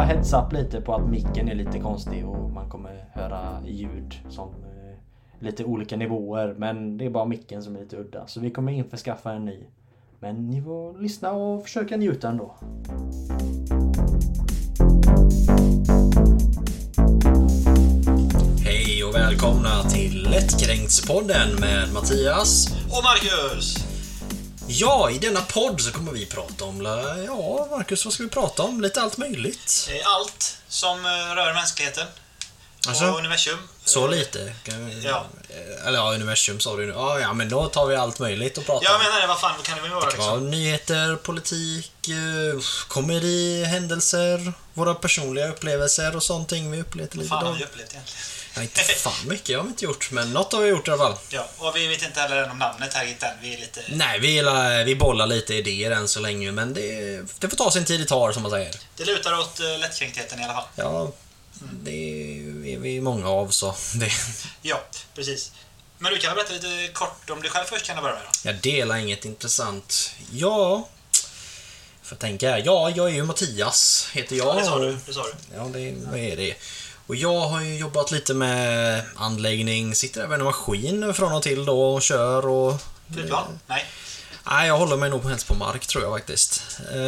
bara heads up lite på att micken är lite konstig och man kommer höra ljud som lite olika nivåer, men det är bara micken som är lite udda. Så vi kommer införskaffa en ny. Men ni får lyssna och försöka njuta ändå. Hej och välkomna till Lättkränkts-podden med Mattias och Marcus. Ja, i denna podd så kommer vi prata om... Ja, Marcus, vad ska vi prata om? Lite allt möjligt. Allt som rör mänskligheten alltså, och universum. Så lite? Ja. Eller ja, universum sa du nu. Ja, men då tar vi allt möjligt och pratar. Jag menar det, vad fan kan det väl vara liksom? Ja, nyheter, politik, komedi, händelser, våra personliga upplevelser och sånt vi upplevt lite. Vad fan har vi upplevt egentligen? Ja, inte fan mycket har vi inte gjort, men något har vi gjort i alla fall. Ja, och vi vet inte heller om namnet här än. Vi är lite... Nej, vi bollar lite idéer än så länge, men det får ta sin tid det tar, som man säger. Det lutar åt lättkränktheten i alla fall. Ja, det är vi många av, så det... Ja, precis. Men du kan berätta lite kort om dig själv först, kan du börja med då? Jag delar inget intressant. Ja, för att tänka här. Ja, jag är ju Mattias, heter jag. Ja, det sa du. Ja, vad är det? Och jag har ju jobbat lite med anläggning, sitter även i maskin från och till då och kör och... Flygplan? Nej. Nej, jag håller mig nog helst på mark, tror jag faktiskt.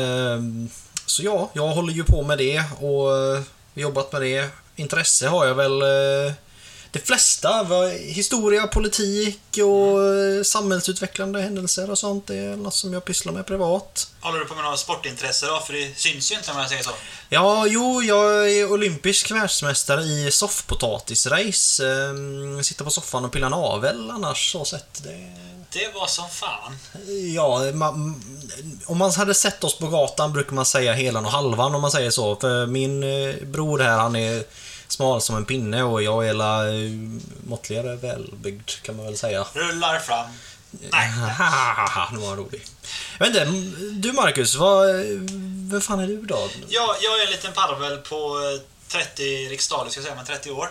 Så ja, jag håller ju på med det och jobbat med det. Intresse har jag väl det flesta. Historia, politik och samhällsutvecklande händelser och sånt. Det är något som jag pysslar med privat. Håller du på med några sportintresse då? För det syns ju inte om jag säger så. Ja, jag är olympisk världsmästare i soffpotatisrace. Sitter på soffan och pillar navel annars så sett det. Det var som fan. Ja, om man hade sett oss på gatan brukar man säga helan och halvan, om man säger så. För min bror här, han är smal som en pinne och jag är måttligare välbyggd, kan man väl säga. Rullar fram. Nej. Nu var han rolig. Jag vet inte, du Marcus, vad fan är du då? Ja, jag är en liten parvel på 30 riksdaler, ska jag säga, men 30 år.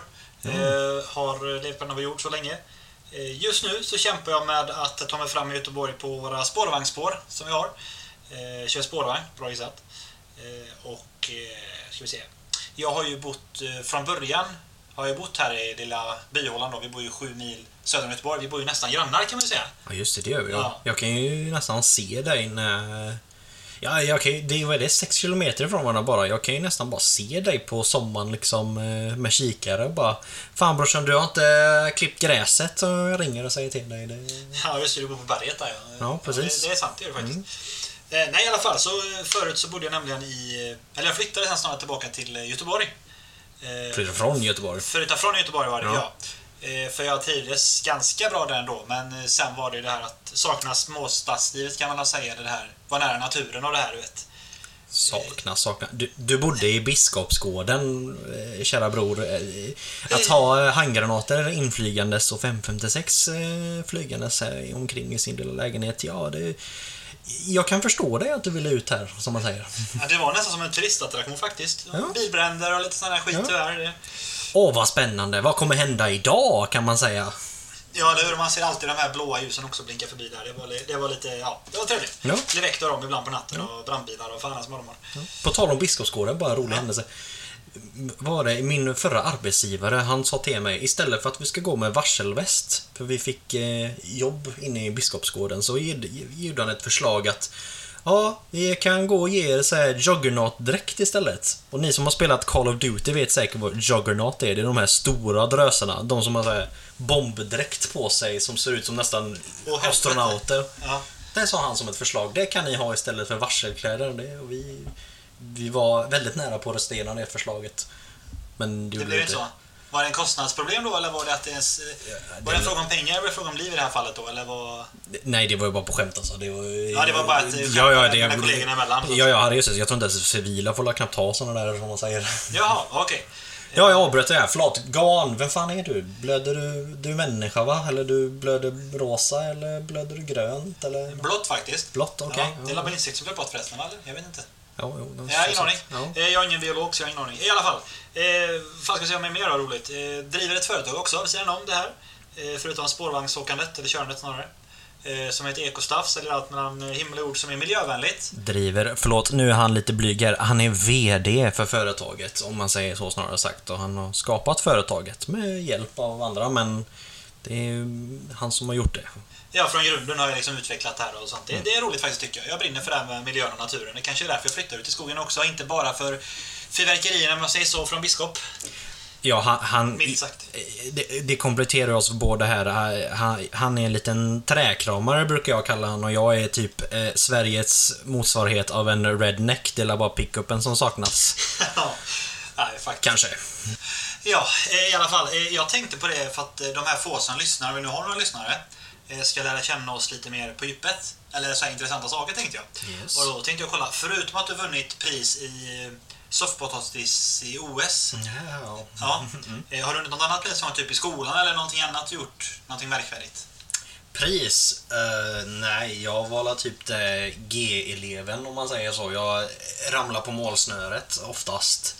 Har levt på Nova Jord så länge. Just nu så kämpar jag med att ta mig fram i Göteborg på våra spårvagnsspår som vi har. Kör spårvagn, bra gissat. Och ska vi se. Jag har ju bott från början här i lilla byhålan då. Vi bor ju 7 mil söder om Göteborg. Vi bor ju nästan grannar, kan man säga. Ja, just det gör vi. Ja. Jag kan ju nästan se dig när... Ja, vad är det? 6 kilometer ifrån varandra bara. Jag kan ju nästan bara se dig på sommaren liksom med kikare och bara... Fan brorsan, du har inte klippt gräset, så jag ringer och säger till dig. Ja, just det, du bor på berget där. Ja, precis. Det är sant, det är det faktiskt. Nej, i alla fall, så förut så bodde jag nämligen jag flyttade sen snart tillbaka till Göteborg. Flyttade från Göteborg? Flyttade från Göteborg var det, ja. För jag trivdes ganska bra där ändå. Men sen var det det här att sakna småstadslivet, kan man säga. Det här, var nära naturen och det här, du vet. Sakna. Du bodde i Biskopsgården, kära bror. Att ha handgranater inflygandes och 556 flygandes omkring i sin lilla lägenhet. Ja, jag kan förstå dig att du ville ut här, som man säger. Ja, det var nästan som en turistattraktion faktiskt. Ja. Bilbränder och lite sån här skit tyvärr. Vad spännande. Vad kommer hända idag, kan man säga? Ja, eller hur? Man ser alltid de här blåa ljusen också blinka förbi där. Det var lite, det var trevligt. Ja. Det väckte dem ibland på natten och brandbilar och fan som de har. Ja. På tal om Biskopsgården, bara en rolig händelse. Var det min förra arbetsgivare, han sa till mig, istället för att vi ska gå med varselväst, för vi fick jobb inne i Biskopsgården, så gjorde han ett förslag att ja, vi kan gå och ge er så här Juggernaut-dräkt istället. Och ni som har spelat Call of Duty vet säkert vad Juggernaut är. Det är de här stora drösarna. De som har så här bombdräkt på sig som ser ut som nästan astronauter. Ja. Det sa han som ett förslag. Det kan ni ha istället för varselkläder. Och vi var väldigt nära på att rösta det förslaget. Men det blev inte så. Var det en kostnadsproblem då, eller var det att var det en fråga om pengar eller en fråga om liv i det här fallet då, eller var... Nej, det var ju bara på skämt alltså. Det var bara ett skämt med kollegorna emellan. Ja, just det. Jag tror inte ens civila får knappt ha sådana där, som man säger. Jaha, okej. Ja, jag avbröt det här. Förlåt. Gan, vem fan är du? Blöder du är människa, va? Eller du blöder rosa, eller blöder du grönt, eller? Blått faktiskt. Blått, okej. Ja, det är bara insekt som blir blått förresten, eller? Jag vet inte. Jag har ingen aning. Jag är ingen biolog, så jag har ingen aning. I alla fall. Vad ska jag säga med mer då, roligt? Driver ett företag också vid sidan om det här. Förutom spårvagnsåkandet, eller körandet snarare. som heter Ekostaff, säljer allt mellan himmel och jord som är miljövänligt. Driver, förlåt, nu är han lite blyg här. Han är VD för företaget, om man säger så snarare sagt. Och han har skapat företaget med hjälp av andra, men det är han som har gjort det. Ja, från grunden har jag liksom utvecklat det här och sånt. Det är roligt faktiskt tycker jag. Jag brinner för det här med miljön och naturen. Det kanske är därför jag flyttar ut i skogen också. Inte bara för fyrverkerierna, om jag säger så, från biskop. Ja, han Milt sagt. det kompletterar oss båda här. Han är en liten träkramare brukar jag kalla han. Och jag är typ Sveriges motsvarighet av en redneck. Det är bara pickupen som saknas. Ja, nej, faktiskt. Kanske. Ja, i alla fall. Jag tänkte på det för att de här få som lyssnar, vi nu har några lyssnare, ska lära känna oss lite mer på djupet. Eller så här intressanta saker tänkte jag. Yes. Och då tänkte jag kolla, förutom att du vunnit pris i softpotatis i OS. Ja. Har du vunnit något annat pris som typ i skolan eller någonting annat gjort? Någonting märkvärdigt? Pris? Nej, jag var typ G-eleven om man säger så. Jag ramlar på målsnöret oftast.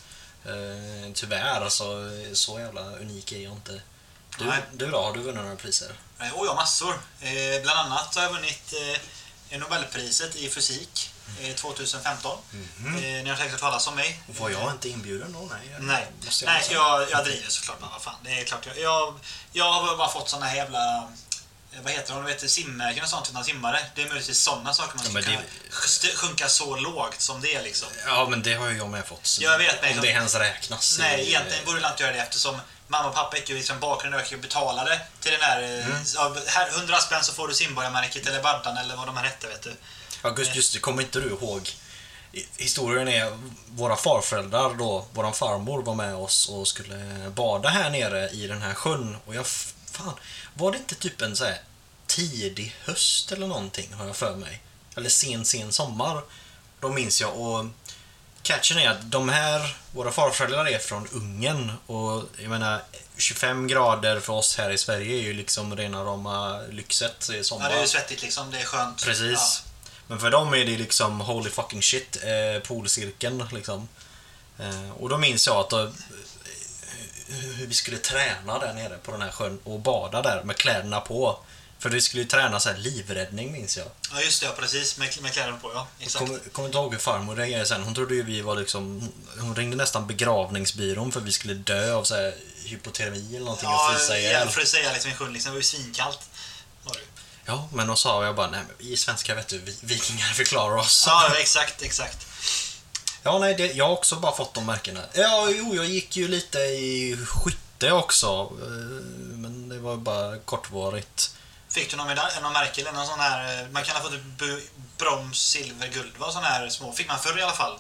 Tyvärr, så jävla unik är jag inte. Du då? Har du vunnit några priser? Och jag massor. Bland annat har jag vunnit Nobelpriset i fysik 2015. Ni har säkert talat om mig. Var jag inte inbjuden då? Nej, jag driver såklart. Men vad fan, det är klart. Jag har bara fått såna här jävla... Vad heter de? Vet, simmärken och sånt till några simmare. Det är möjligtvis sådana saker man ska sjunka så lågt som det liksom. Ja, men det har ju jag med fått. Jag vet, om det ens räknas. Nej, egentligen borde jag inte göra det eftersom mamma och pappa gick ju liksom bakgrunden och betalade till den här 100 spänn så får du simborgarmärket eller baddan eller vad de här hette, vet du. Ja, just det, kommer inte du ihåg? Historien är våra farföräldrar då, våran farmor var med oss och skulle bada här nere i den här sjön och var det inte typ en så här tidig höst eller någonting har jag för mig, eller sen sommar, då minns jag. Och catchen är att våra farföräldrar är från Ungern och jag menar 25 grader för oss här i Sverige är ju liksom rena rama lyxet i sommar. Ja, det är ju svettigt liksom, det är skönt. Precis. Ja. Men för dem är det liksom holy fucking shit, polcirkeln liksom. Och då minns jag att hur vi skulle träna där nere på den här sjön och bada där med kläderna på. För vi skulle ju träna så här livräddning, minns jag. Ja, just det, ja, precis. Med kläderna på, ja. Exakt. Kommer inte ihåg hur farmor reagerade sen. Hon trodde ju vi var liksom... Hon ringde nästan begravningsbyrån för vi skulle dö av så här hypotermi eller någonting och frysa ihjäl. Ja, frysa ihjäl liksom i sjön liksom. Det var ju svinkallt. Var det. Ja, men då sa jag bara, nej men vi är svenska, vet du, vikingar förklarar oss. Ja, exakt. Ja, nej, jag har också bara fått de märkena. Ja, jag gick ju lite i skytte också, men det var bara kortvarigt. Fick du någon märke eller någon sån här, man kan ha fått brons, silver, guld, vad sån här små, fick man förr i alla fall?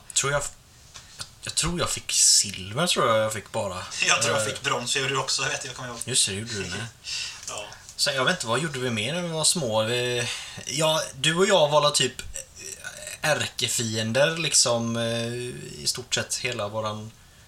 Jag tror jag fick silver, tror jag fick bara. Jag tror jag fick brons, jag gjorde det också, jag kommer ihåg. Just det, gjorde du det. Ja. Så jag vet inte, vad gjorde vi mer när vi var små? Du och jag var typ ärkefiender liksom i stort sett hela våran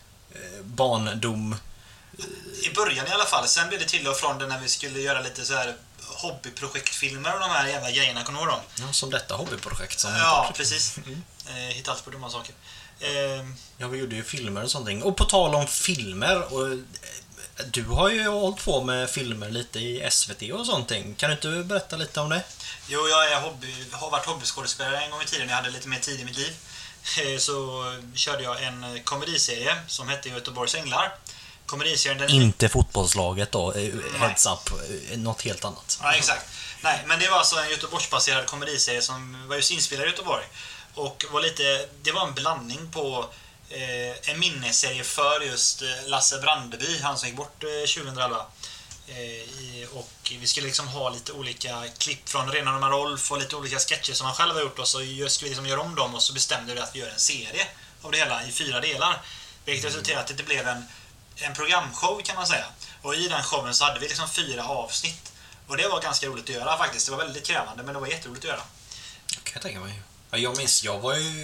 barndom. I början i alla fall, sen blev det till och från det när vi skulle göra lite så här hobbyprojektfilmer och de här jävla grejerna, kommer du ihåg dem? Ja, som detta hobbyprojekt. Ja, precis. Hitta allt på dumma saker. Ja, vi gjorde ju filmer och sånt. Och på tal om filmer, och du har ju hållit på med filmer lite i SVT och sånt. Kan du inte berätta lite om det? Jo, jag har varit hobbyskådespelare en gång i tiden. Jag hade lite mer tid i mitt liv. Så körde jag en komediserie som hette Göteborgs Änglar. Komediserien, inte fotbollslaget då, heads up, något helt annat. Ja, exakt. Nej, men det var alltså en Göteborgsbaserad komediserie som var just inspelad i Göteborg. Och det var en blandning på en minneserie för just Lasse Brandeby, han som gick bort 2011. Och vi skulle liksom ha lite olika klipp från Rena Roma Rolf och lite olika sketcher som han själv har gjort, och så skulle vi liksom göra om dem, och så bestämde vi att vi gör en serie av det hela i 4 delar. Vilket resulterade att det blev en programshow, kan man säga. Och i den showen så hade vi liksom 4 avsnitt. Och det var ganska roligt att göra faktiskt. Det var väldigt krävande, men det var jätteroligt att göra. Kan jag tänka mig. Jag minns, jag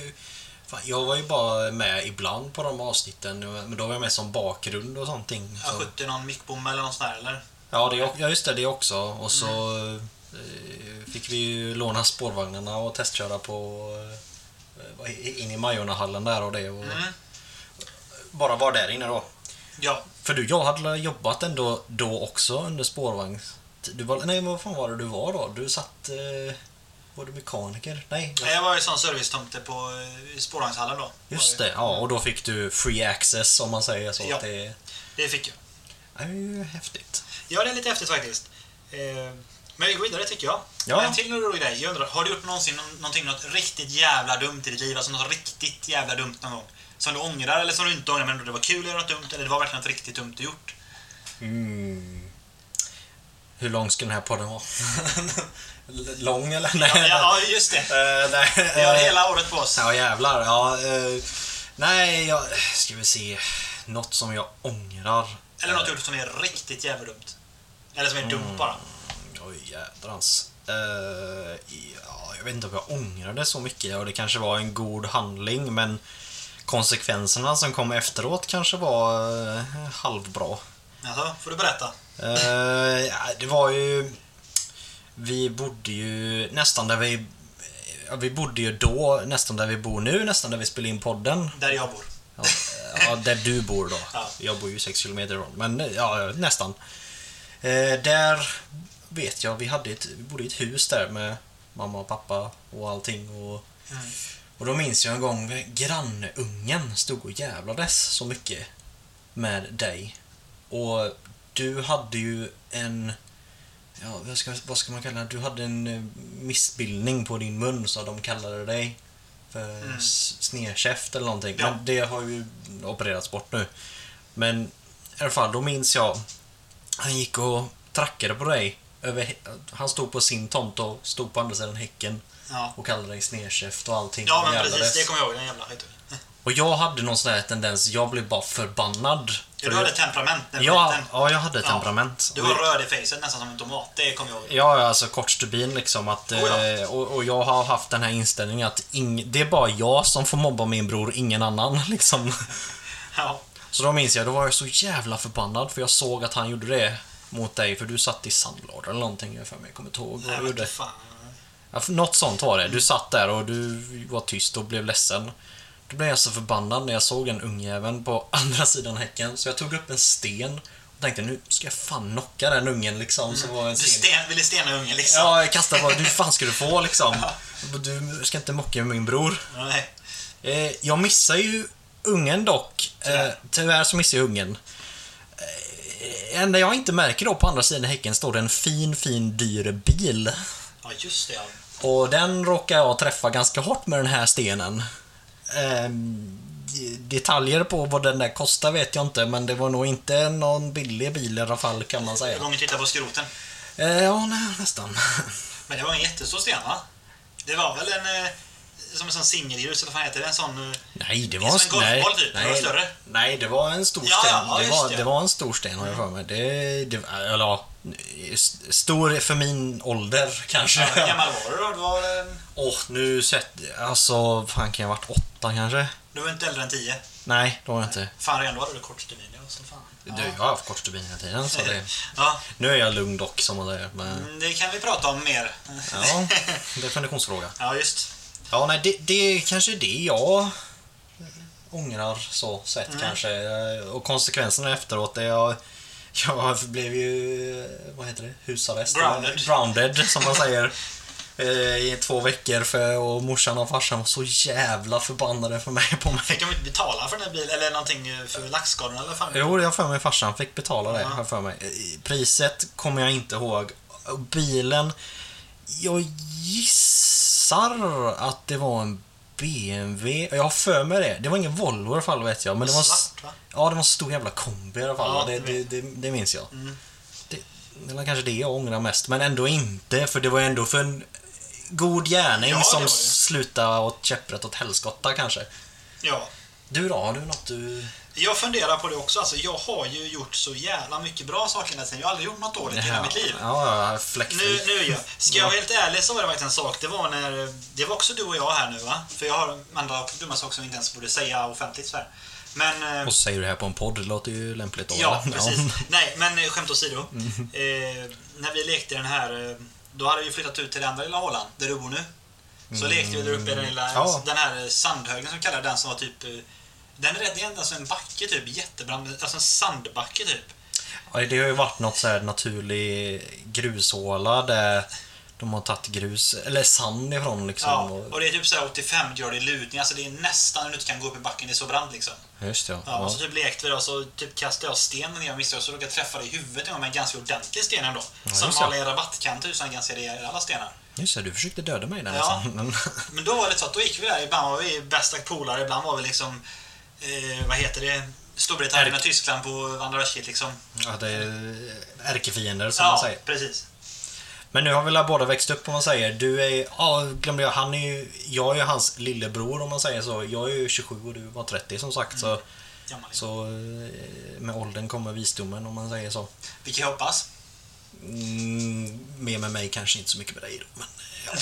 var ju bara med ibland på de avsnitten, men då var jag med som bakgrund och sånt. Jag skötte någon mickbom eller något sånt där, eller? Ja, just det också. Och så fick vi ju låna spårvagnarna och testköra på in i Majorna-hallen där och det. Och bara var där inne då. Ja. För jag hade jobbat ändå då också under Nej, vad fan var det du var då? Du satt... var du mekaniker? Nej. Jag var ju sån servicetomte på spårvagnshallen då. Just det, ja. Och då fick du free access, om man säger så. Ja, Att det fick jag. Det är ju häftigt. Ja, det är lite häftigt faktiskt. Men vi går vidare tycker jag. Ja. En till rolig grej. Jag undrar, har du gjort något riktigt jävla dumt i ditt liv? Alltså något riktigt jävla dumt någon gång? Som du ångrar eller som du inte ångrar, men det var kul att göra något dumt eller det var verkligen något riktigt dumt du gjort? Hur lång ska den här podden vara? Lång eller? Nej. Ja, just det. Vi har hela året på oss. Ja, jävlar. Ja, nej, jag ska vi se. Något som jag ångrar. Eller något gjort som är riktigt jävla dumt. Eller som är dumt bara. Oj, jädrans. Ja, jag vet inte om jag ångrade så mycket. Och det kanske var en god handling, men konsekvenserna som kom efteråt kanske var halvbra. Alltså, får du berätta? Ja, det var ju... Vi bodde ju nästan där vi bodde ju då, nästan där vi bor nu, nästan där vi spelar in podden. Där jag bor. Ja, där du bor då. Ja. Jag bor ju 6 kilometer ifrån, men ja, nästan. Där vet jag, vi bodde i ett hus där med mamma och pappa och allting. Och då minns jag en gång grannungen stod och jävlades så mycket med dig. Och du hade ju en... Ja, vad ska man kalla det? Du hade en missbildning på din mun, så de kallade dig för snedkäft eller någonting. Ja. Men det har ju opererats bort nu. Men i alla fall, då minns jag han gick och trackade på dig. Han stod på sin tomt och stod på andra sidan häcken. Ja. Och kallade dig snedkäft och allting. Ja, men jävlades. precis. Det kommer jag ihåg, den jävla skiten. Och jag hade någon sån där tendens, jag blev bara förbannad. Ja, du hade temperament när ja, jag hade temperament. Du var röd i facet nästan som en tomat, det kommer jag ihåg. Ja, alltså kort stubin liksom att, ja. och jag har haft den här inställningen att det är bara jag som får mobba min bror, ingen annan liksom. Ja. Så då minns jag, då var jag så jävla förbannad för jag såg att han gjorde det mot dig, för du satt i sandlåda eller någonting, jag kommer inte ihåg vad du gjorde. Fan. Ja, något sånt var det. Du satt där och du var tyst och blev ledsen. Då blev jag så förbannad när jag såg den ungjäveln på andra sidan häcken. Så jag tog upp en sten och tänkte, nu ska jag fan knocka den ungen liksom. Så var en Du ville stena ungen liksom. Ja, jag kastade bara, du fan ska du få liksom. Du ska inte mocka med min bror. Nej. Jag missar ju ungen dock. Tyvärr så missar jag ungen. Enda jag inte märker då, på andra sidan häcken står det en fin dyr bil. Ja, just det. Ja. Och den råkar jag träffa ganska hårt med den här stenen. Detaljer på vad den där kostar vet jag inte, men det var nog inte någon billig bil i alla fall, kan man säga. Hur gånger titta på skroten? Ja, nej, nästan. Men det var en jättestor sten, va? Det var väl som en sån singelljus, eller vad fan heter det? En sån... Nej, det var en golfboll typ, det var större. Nej, det var en stor Ja, sten. ja, Det var en stor sten, har jag för mig. Eller ja, stor för min ålder kanske. Ja, hur gammal var du då? Du var... Nu alltså, fan kan jag ha varit 8 kanske? Du var inte äldre än 10. Nej, det var jag inte. Fan, redan då hade du kort stubin. Ja. Jag har haft kort stubin hela tiden, så det... Ja. Nu är jag lugn dock, som man säger. Men... Det kan vi prata om mer. Ja, det är en fundationsfråga. Ja, just. Ja, nej, det är kanske det jag ångrar så sett kanske. Och konsekvenserna efteråt är jag blev ju, vad heter det? Husarrest. Grounded, som man säger. I 2 veckor och morsan och farsan var så jävla förbannade på mig. Fick de inte betala för den här bilen eller någonting för laxskadorna eller fan? Jo, jag för mig farsan fick betala det. Jag för mig. Priset kommer jag inte ihåg. Bilen, jag gissar att det var en BMW. Jag har för mig det. Det var ingen Volvo i alla fall, vet jag. Men det var svart, va? Ja, det var en stor jävla kombi i alla fall. Ja, det minns jag. Det var kanske det jag ångrar mest. Men ändå inte, för det var ändå för en god gärning som slutade åt käpprätt åt helskotta kanske. Ja. Du då? Har du något du... Jag funderar på det också. Alltså, jag har ju gjort så jävla mycket bra saker hela tiden. Jag har aldrig gjort något dåligt i hela mitt liv. Ja, fläckfri. Nu är jag. Ska jag vara helt ärlig så var det faktiskt en sak. Det var när... Det var också du och jag här nu, va? För jag har andra dumma saker som vi inte ens borde säga offentligt så här. Men... Och så säger du det här på en podd, det låter ju lämpligt då. Ja, precis. Nej, men skämt åsido. När vi lekte den här... Då hade vi flyttat ut till den andra lilla hålan, där du bor nu. Så lekte vi där uppe i den lilla... Den här sandhögen som kallar den, som var typ... Den är rätt igen, alltså en backe typ, jättebrand, alltså en sandbacke typ. Ja, det har ju varit något så här naturlig grushåla där de har tagit grus eller sand ifrån liksom. Ja, och det är typ så här 85 grader lutning, alltså det är nästan du inte kan gå upp i backen, det är så brant liksom. Just det, ja. Och så typ lekte vi då, så typ kastade jag sten ner och misstag, så råkade jag träffa dig i huvudet med en ganska ordentlig sten ändå. Som har en rabattkant utan ganska rejäla stenar. Just det, du försökte döda mig där. Ja, men då var det så att då gick vi där, ibland var vi bästa polare, ibland var vi liksom vad heter det? Storbritannien och Tyskland på andra världskriget liksom. Ja, det är ärkefiender som man säger. Ja, precis. Men nu har vi båda växt upp om man säger. Du är, glömde jag, jag är ju hans lillebror om man säger så. Jag är ju 27 och du var 30 som sagt. Så med åldern kommer visdomen om man säger så. Vi kan hoppas. Mer med mig, kanske inte så mycket med dig då, men ja.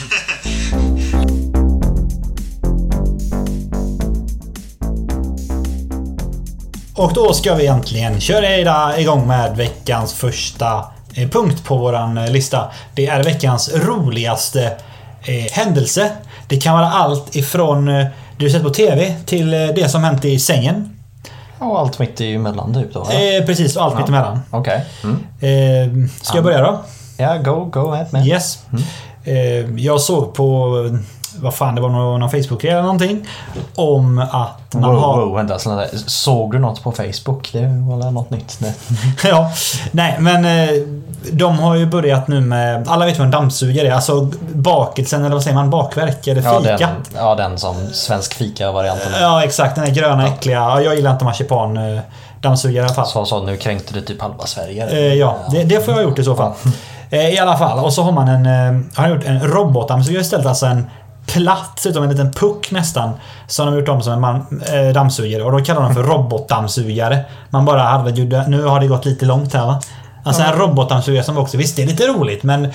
Och då ska vi äntligen köra igång med veckans första punkt på våran lista. Det är veckans roligaste händelse. Det kan vara allt ifrån du sett på TV till det som hänt i sängen. Och allt mitt emellan typ då? Precis, allt mitt emellan. Okej. Ska jag börja då? Ja, go ahead man. Yes. Jag såg på vad fan, det var någon Facebook eller någonting om att man vänta, såg du något på Facebook? Det var väl något nytt. Ja, nej, men de har ju börjat nu med, alla vet vad en dammsugare är, alltså bakelsen eller vad säger man, bakverk eller fika. Den som svensk fika-varianten. Ja, exakt, den är gröna äckliga. Jag gillar inte marsipan dammsugare i alla fall. Så nu kränkte du typ halva Sverige. Det får jag ha gjort i så fall. I alla fall, och så har man har gjort en robotdammsugare istället, alltså en platt, utom en liten puck nästan, som de har gjort om som en dammsugare, och då kallar de för robotdammsugare. Man bara, nu har det gått lite långt här va? Alltså en robotdammsugare som också, visst det är lite roligt, men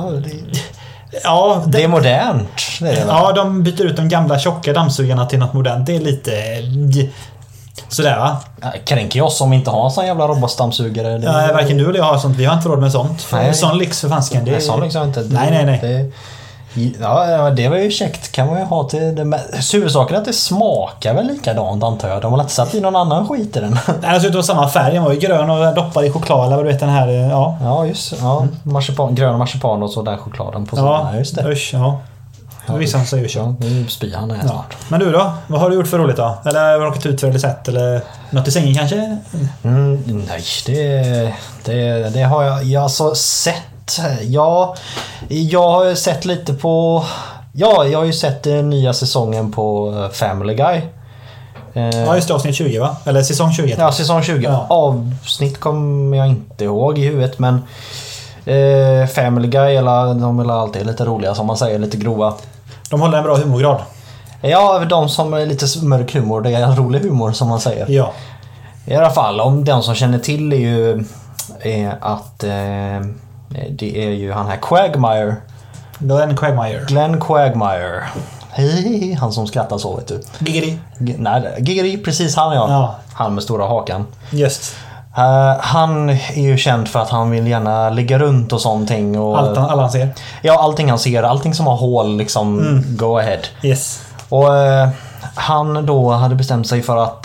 det är modernt. Det är det. Ja, de byter ut de gamla tjocka dammsugarna till något modernt. Det är lite sådär va? Kränker oss som inte har en sån jävla robotdammsugare. Ja, varken du eller jag har sånt. Vi har inte råd med sånt. Nej. Sån lyx för fanskan. Nej, sån lyx har inte. Nej. Ja, det var ju käckt. Kan man ju ha till det. Huvudsaken är att det smakar väl likadant, antar jag. De har inte satt i någon annan skit i den. Nej, alltså det var samma färg. Den var ju grön och doppad i choklad, eller vad du vet, den här. Ja, just. Ja, grön marsipan och så där chokladen på ja, just det. Usch, ja. Vissa säger ju så. Nu spyr han här snart. Men du då? Vad har du gjort för roligt då? Eller har du råkat ut för eller sett? Eller något i sängen kanske? Nej, det har jag alltså sett. Ja, jag har sett lite på... Ja, jag har ju sett den nya säsongen på Family Guy. Ja, just det, avsnitt 20 va? Eller säsong 20. Ja, säsong 20. Ja. Avsnitt kommer jag inte ihåg i huvudet, men Family Guy, de är alltid lite roliga, som man säger, lite grova. De håller en bra humorgrad. Ja, de som är lite mörk humor, det är en rolig humor som man säger. Ja. I alla fall, om den som känner till är ju att det är ju han här Quagmire. Glenn Quagmire. Hej, han som skrattar så, vet du. Giggeri, precis han ja. Han med stora hakan. Just. Han är ju känd för att han vill gärna ligga runt och sånting. Och, allt han ser? Ja, allting han ser. Allting som har hål liksom, go ahead. Yes. Och han då hade bestämt sig för att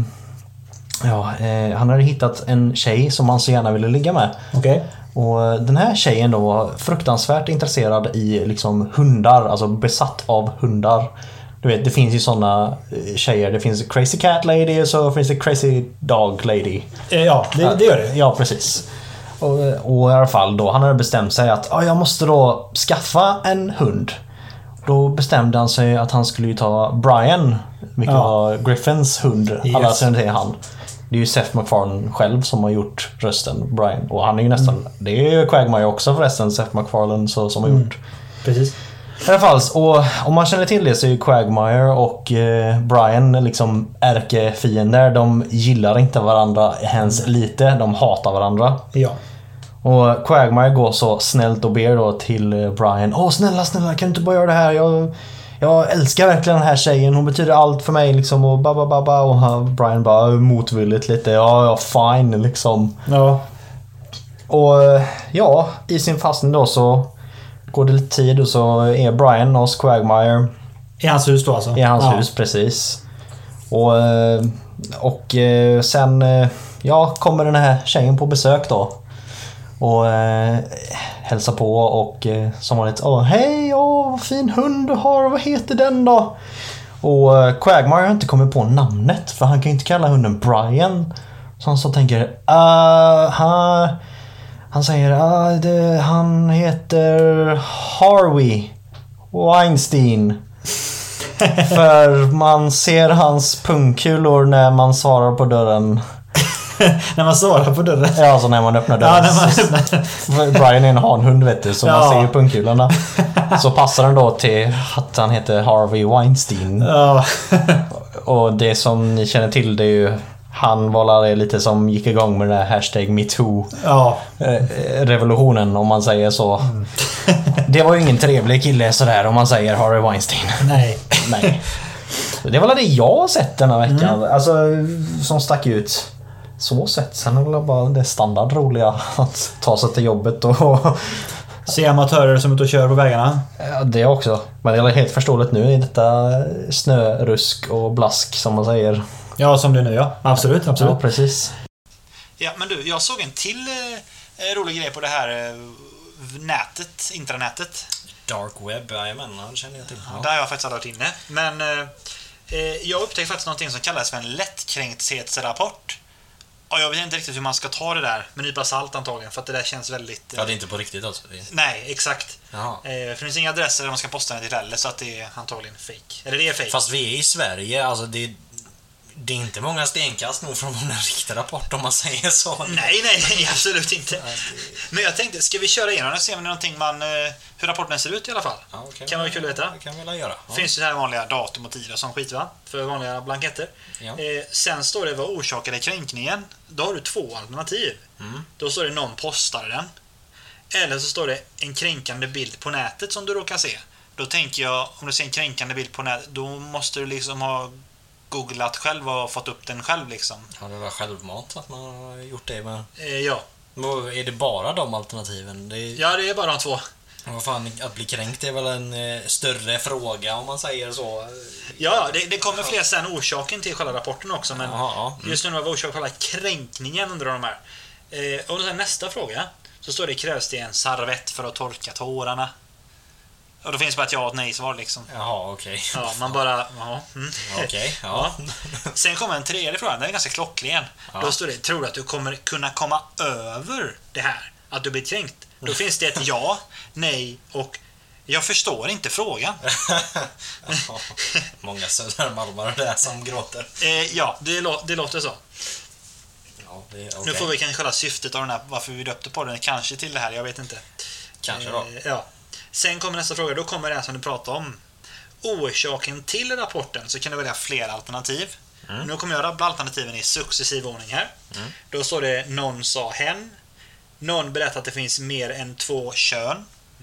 han hade hittat en tjej som han så gärna ville ligga med. Okej. Och den här tjejen då var fruktansvärt intresserad i liksom hundar, alltså besatt av hundar. Du vet, det finns ju såna tjejer. Det finns Crazy Cat Lady och så finns det Crazy Dog Lady. Ja, det gör det. Ja, precis. Och i alla fall då, han hade bestämt sig att jag måste då skaffa en hund. Då bestämde han sig att han skulle ta Brian, vilket var Griffins hund. Yes. Alla känner till han. Det är ju Seth MacFarlane själv som har gjort rösten, Brian. Och han är ju nästan... Det är ju Quagmire också förresten, Seth MacFarlane som har gjort. Precis. I alla fall, och om man känner till det så är ju Quagmire och Brian liksom ärkefiender. De gillar inte varandra ens lite. De hatar varandra. Ja. Och Quagmire går så snällt och ber då till Brian. Snälla, kan du inte bara göra det här? Jag älskar verkligen den här tjejen. Hon betyder allt för mig liksom. Och och Brian bara motvilligt lite. Ja, fine liksom. Ja. Och i sin fastning då så går det lite tid och så är Brian hos Quagmire. I hans hus då alltså? I hans hus, precis. Och sen kommer den här tjejen på besök då. Och hälsar på och som vanligt, hej, vad fin hund du har, vad heter den då? Och Quagmire har inte kommit på namnet, för han kan ju inte kalla hunden Brian. Så han så tänker, han säger, han heter Harvey Weinstein. För man ser hans pungkulor när man svarar på dörren. När man svarar på dörren? Ja, alltså när man öppnar dörren. Ja, när man öppnar. Brian är en hanhund, vet du, så man ser ju pungkulorna. Så passar den då till att han heter Harvey Weinstein. Ja. Och det som ni känner till, det är ju han var lite som gick igång med den här #MeToo revolutionen, om man säger så. Det var ju ingen trevlig kille sådär, om man säger Harvey Weinstein. Nej. Det var det jag har sett den här veckan. Alltså, som stack ut. Så sett. Sen är det bara det standard roliga att ta sig till jobbet och se amatörer som är ute och kör på vägarna. Ja, det också. Men det är helt förståeligt nu i detta snörusk och blask, som man säger. Ja, som det är nu, ja. Absolut. Ja, precis. Ja, men du, jag såg en till rolig grej på det här nätet, intranätet. Dark web, jajamän, det känner jag till. Ja. Där har jag faktiskt aldrig varit inne. Men jag upptäckte faktiskt någonting som kallas för en lättkränkthetsrapport. Och jag vet inte riktigt hur man ska ta det där med nypa salt antagligen, för att det där känns väldigt... Ja, det är inte på riktigt alltså. Nej, exakt. Jaha. För det finns inga adresser där man ska posta den till heller, så att det är antagligen fake. Eller det är fake. Fast vi är i Sverige, alltså det är inte många stenkast nog från en riktig rapport, om man säger så. Nej, absolut inte. Men jag tänkte, ska vi köra igenom och se om det är någonting hur rapporten ser ut i alla fall? Ja, okay. Kan vara kul att veta. Det kan vi väl göra. Ja. Finns det här vanliga datum och tid och sån skit, va? För vanliga blanketter. Ja. Sen står det vad orsakade kränkningen. Då har du 2 alternativ. Då står det någon postade den. Eller så står det en kränkande bild på nätet som du råkar se. Då tänker jag, om du ser en kränkande bild på nätet, då måste du liksom ha googlat själv och fått upp den själv liksom. Ja, det var självmant att man har gjort det med. Ja. Men är det bara de alternativen? Ja, det är bara de 2. Vad fan, att bli kränkt är väl en större fråga, om man säger så. Ja, det kommer fler sen orsaken till själva rapporten också, men just nu var orsaken själva kränkningen under de här. Och sen nästa fråga, så står det, krävs det en servett för att torka tårarna? Och då finns bara ett ja och ett nej-svar liksom. Jaha, okej. Ja, man bara... Okej, ja. Sen kommer en tredje fråga, den är ganska klockren. Ja. Då står det, tror du att du kommer kunna komma över det här? Att du blir kränkt? Då finns det ett ja, nej och jag förstår inte frågan. Många södermalmare där som gråter. Ja, det låter så. Ja, okay. Nu får vi kanske själva syftet av den här, varför vi döpte på den, kanske till det här, jag vet inte. Kanske då. Ja. Sen kommer nästa fråga, då kommer det här som du pratade om. Orsaken till rapporten, så kan du välja fler alternativ. Nu kommer jag rabbla alternativen i successiv ordning här. Då står det, någon sa hen. Någon berättar att det finns mer än 2 kön.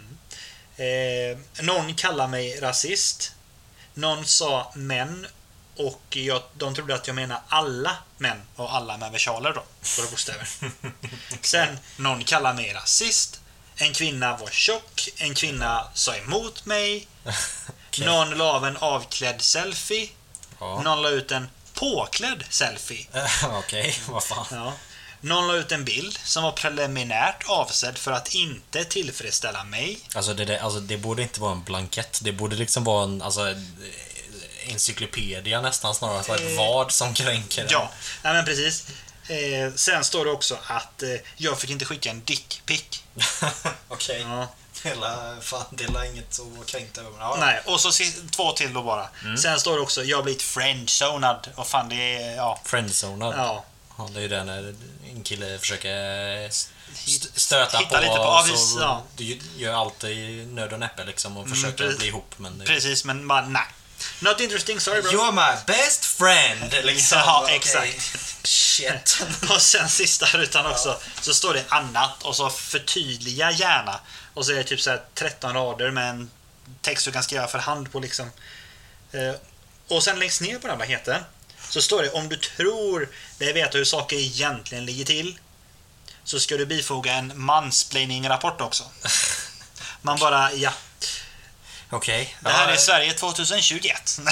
Någon kallar mig rasist. Någon sa män. Och de trodde att jag menar alla män. Och alla med versaler då. För bokstäver. Sen, någon kallar mig rasist. En kvinna var tjock. En kvinna sa emot mig. Okay. Någon la av en avklädd selfie. Ja. Någon la ut en påklädd selfie. Okej, vad fan. Ja. Någon la ut en bild som var preliminärt avsedd för att inte tillfredsställa mig. Alltså det borde inte vara en blankett. Det borde liksom vara en encyklopedia nästan, snarare för ett vad som kränker. Ja, nej, men precis. Sen står det också att jag fick inte skicka en dickpic. Okej. Ja. Det är inget så kränkt över. Ja. Nej, och så 2 till då bara. Sen står det också, jag har blivit friendzonad. Vad fan det är, ja. Friendzonad? Ja. Ja, det är ju det när en kille försöker stöta hitta på lite på så ja. Du gör allt i nöd och näppe liksom och försöker bli ihop, men det... Precis, men bara nej. Not interesting, sorry bro. You're my best friend liksom. Ja, exakt. Shit. Och sen sista rutan också, så står det annat och så förtydliga gärna. Och så är det typ så här 13 rader med en text du kan skriva för hand på liksom. Och sen längst ner på den här blanketten så står det, om du tror dig veta hur saker egentligen ligger till, så ska du bifoga en mansplaining-rapport också. Man bara, ja. Okej. Det här är Sverige 2021.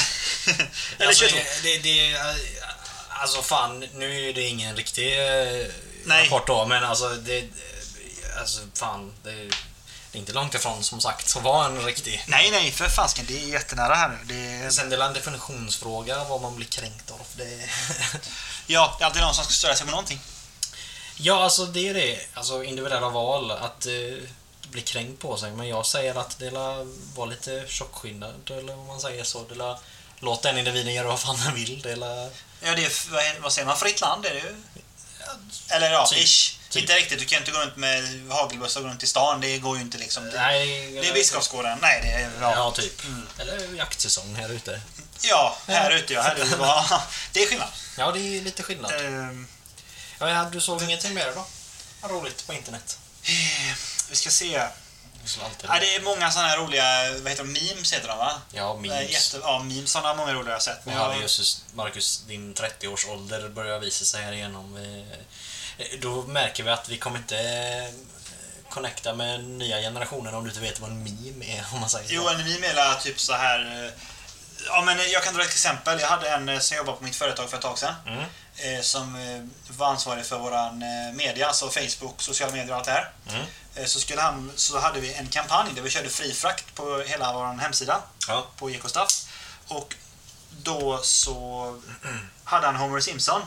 Eller alltså, 22. Alltså fan, nu är det ingen riktig Nej. rapport då, men alltså fan, det är inte långt ifrån som sagt som var en riktig. Nej, för fasken, det är jättenära här nu. Sen det är en definitionsfråga vad man blir kränkt av. Ja, det är alltid någon som ska störa sig med någonting. Ja, alltså det är det. Alltså individuella val, att bli kränkt på sig. Men jag säger att det var lite tjockskinnad, eller vad man säger så. Låt den individen göra vad fan han vill. Ja, det är, vad säger man, fritt land är det ju. Eller ja, Typ. ish. Inte riktigt, du kan inte gå runt med hagelbussar och gå runt i stan. Det går ju inte liksom. Nej, Det är Biskopsgården. Nej, det är... Ja, typ. Eller jaktsäsong här ute. Ja, här ute, ja. Här ute. Det är skillnad. Ja, det är lite skillnad. Ja, du såg ingenting mer då? Roligt på internet. Vi ska se. Ja, det är många sådana här roliga, vad heter de, memes heter de, va? Ja, memes. Memes, sådana har många roliga jag har sett. Men hade just Marcus, din 30-års ålder börjar visa sig här igenom. Då märker vi att vi kommer inte connecta med nya generationer om du inte vet vad en meme är, om man säger så. Jo, en meme är typ så här. Ja, men jag kan dra ett exempel. Jag hade en som jobbade på mitt företag för ett tag sedan. Som var ansvarig för våran media, alltså Facebook, sociala medier och allt det här. Så hade vi en kampanj där vi körde fri frakt på hela vår hemsida, på Ecostaff. Och då så hade han Homer Simpson.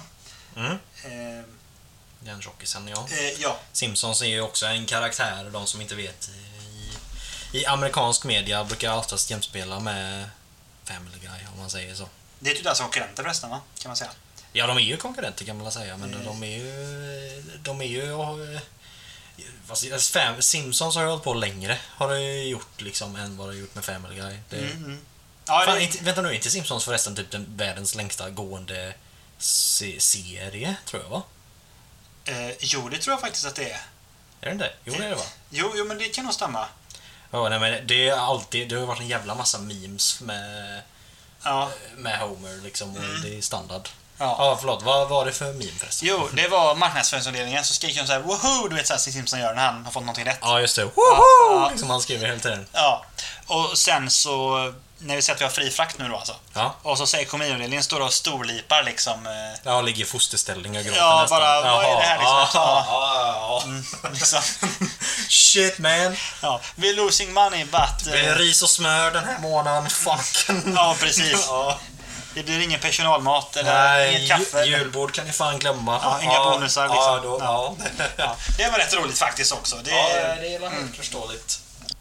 Den tjockisen, ja. Ja. Simpsons är ju också en karaktär, de som inte vet. I amerikansk media brukar oftast jämspela med Family Guy, om man säger så. Det är ju deras konkurrenter förresten, va? Kan man säga. Ja, de är ju konkurrenter kan man säga, men de är ju Simpsons har ju hållit på längre, har det gjort liksom, än vad det har gjort med Family Guy. Ja, fan, vänta nu, inte Simpsons förresten typ den världens längsta gående serie, tror jag, va? Jo, det tror jag faktiskt att det är. Är det inte? Jo, det är det, va? Jo, men det kan nog stämma. Ja, nej, men det har varit en jävla massa memes med Homer liksom, och det är standard. Ja, förlåt, vad var det för meme förresten? Jo, det var marknadsföringsavdelningen, så skriker de så här woho, du vet såhär Simpson gör när han har fått någonting rätt. Ja, just det. Woho! Liksom han skriver hela tiden. Ja, och sen så när vi säger att vi har fri frakt nu då alltså. Ja. Och så säger kommunavdelningen står och storlipar liksom. Ja, ligger i fosterställning och gråter ja, nästan. Bara, vad är det här liksom? Liksom. Shit, man. Ja, we're losing money, but... Det blir ris och smör den här månaden, fuck. Ja, precis. Det blir ingen personalmat eller inget kaffe. Julbord kan ni fan glömma. Ja, inga bonusar liksom. Ja. Det var rätt roligt faktiskt också. Det är helt förståeligt.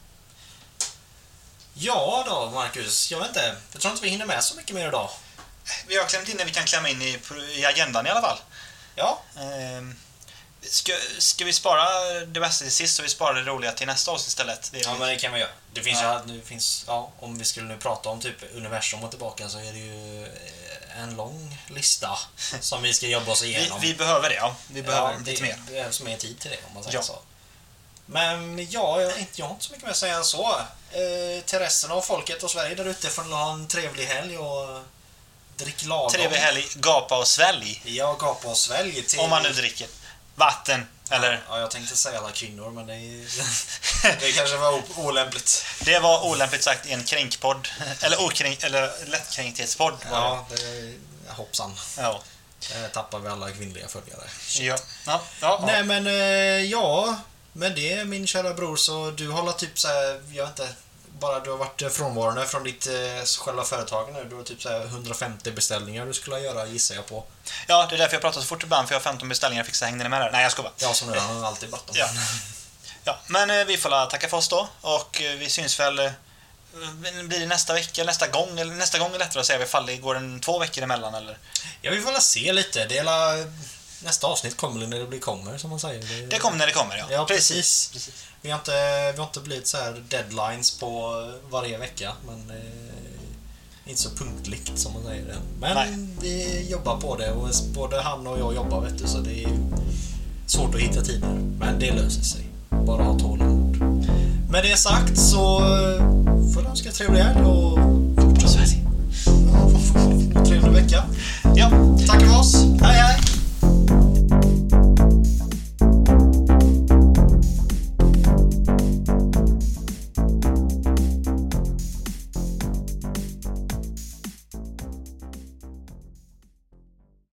Ja då, Marcus. Jag vet inte. Jag tror inte vi hinner med så mycket mer idag. Vi har klämt in det vi kan klämma in i agendan i alla fall. Ja. Ska vi spara det bästa till sist, så vi sparar det roliga till nästa avsnitt istället? Ja, men det kan vi göra. Det finns om vi skulle nu prata om typ universum och tillbaka, så är det ju en lång lista som vi ska jobba oss igenom. Vi behöver det, ja. Vi behöver lite mer. Det behövs mer tid till det, om man säger så. Men jag har inte så mycket mer att säga än så. Till resten av folket och Sverige där ute, får ni ha en trevlig helg och drick lagom. Trevlig helg, gapa och svälj. Ja, gapa och svälj. Om man nu dricker vatten, eller? Ja, jag tänkte säga alla kvinnor, men det kanske var olämpligt. Det var olämpligt sagt i en kränkpodd. Eller lättkränktighetspodd. Ja, hoppsan. Ja. Tappar vi alla kvinnliga följare. Ja. Nej, men men det är min kära bror, så du håller typ så här, jag vet inte, bara du har varit frånvarande från ditt själva företag nu. Du har typ så här 150 beställningar du skulle göra, gissar jag på. Ja, det är därför jag pratar så fort ibland, för jag har 15 beställningar och fixar hängde med där. Nej, jag ska bara. Ja, som nu har alltid bråttom. Ja, men vi får tacka för oss då, och vi syns väl, blir det nästa vecka, nästa gång är lättare att säga ifall det går 2 veckor emellan, eller? Ja, vi får väl se lite. Nästa avsnitt kommer när det kommer, som man säger. Det kommer när det kommer, ja. Ja, precis. Vi har inte blivit så här deadlines på varje vecka, men inte så punktligt som man säger det. Men vi jobbar på det, och både han och jag jobbar, vet du, så det är svårt att hitta tider. Men det löser sig. Bara ha tålamod. Med det sagt så får du önska trevlig helg och fortsätt Sverige. Trevlig vecka. Ja, tack för oss. Hej.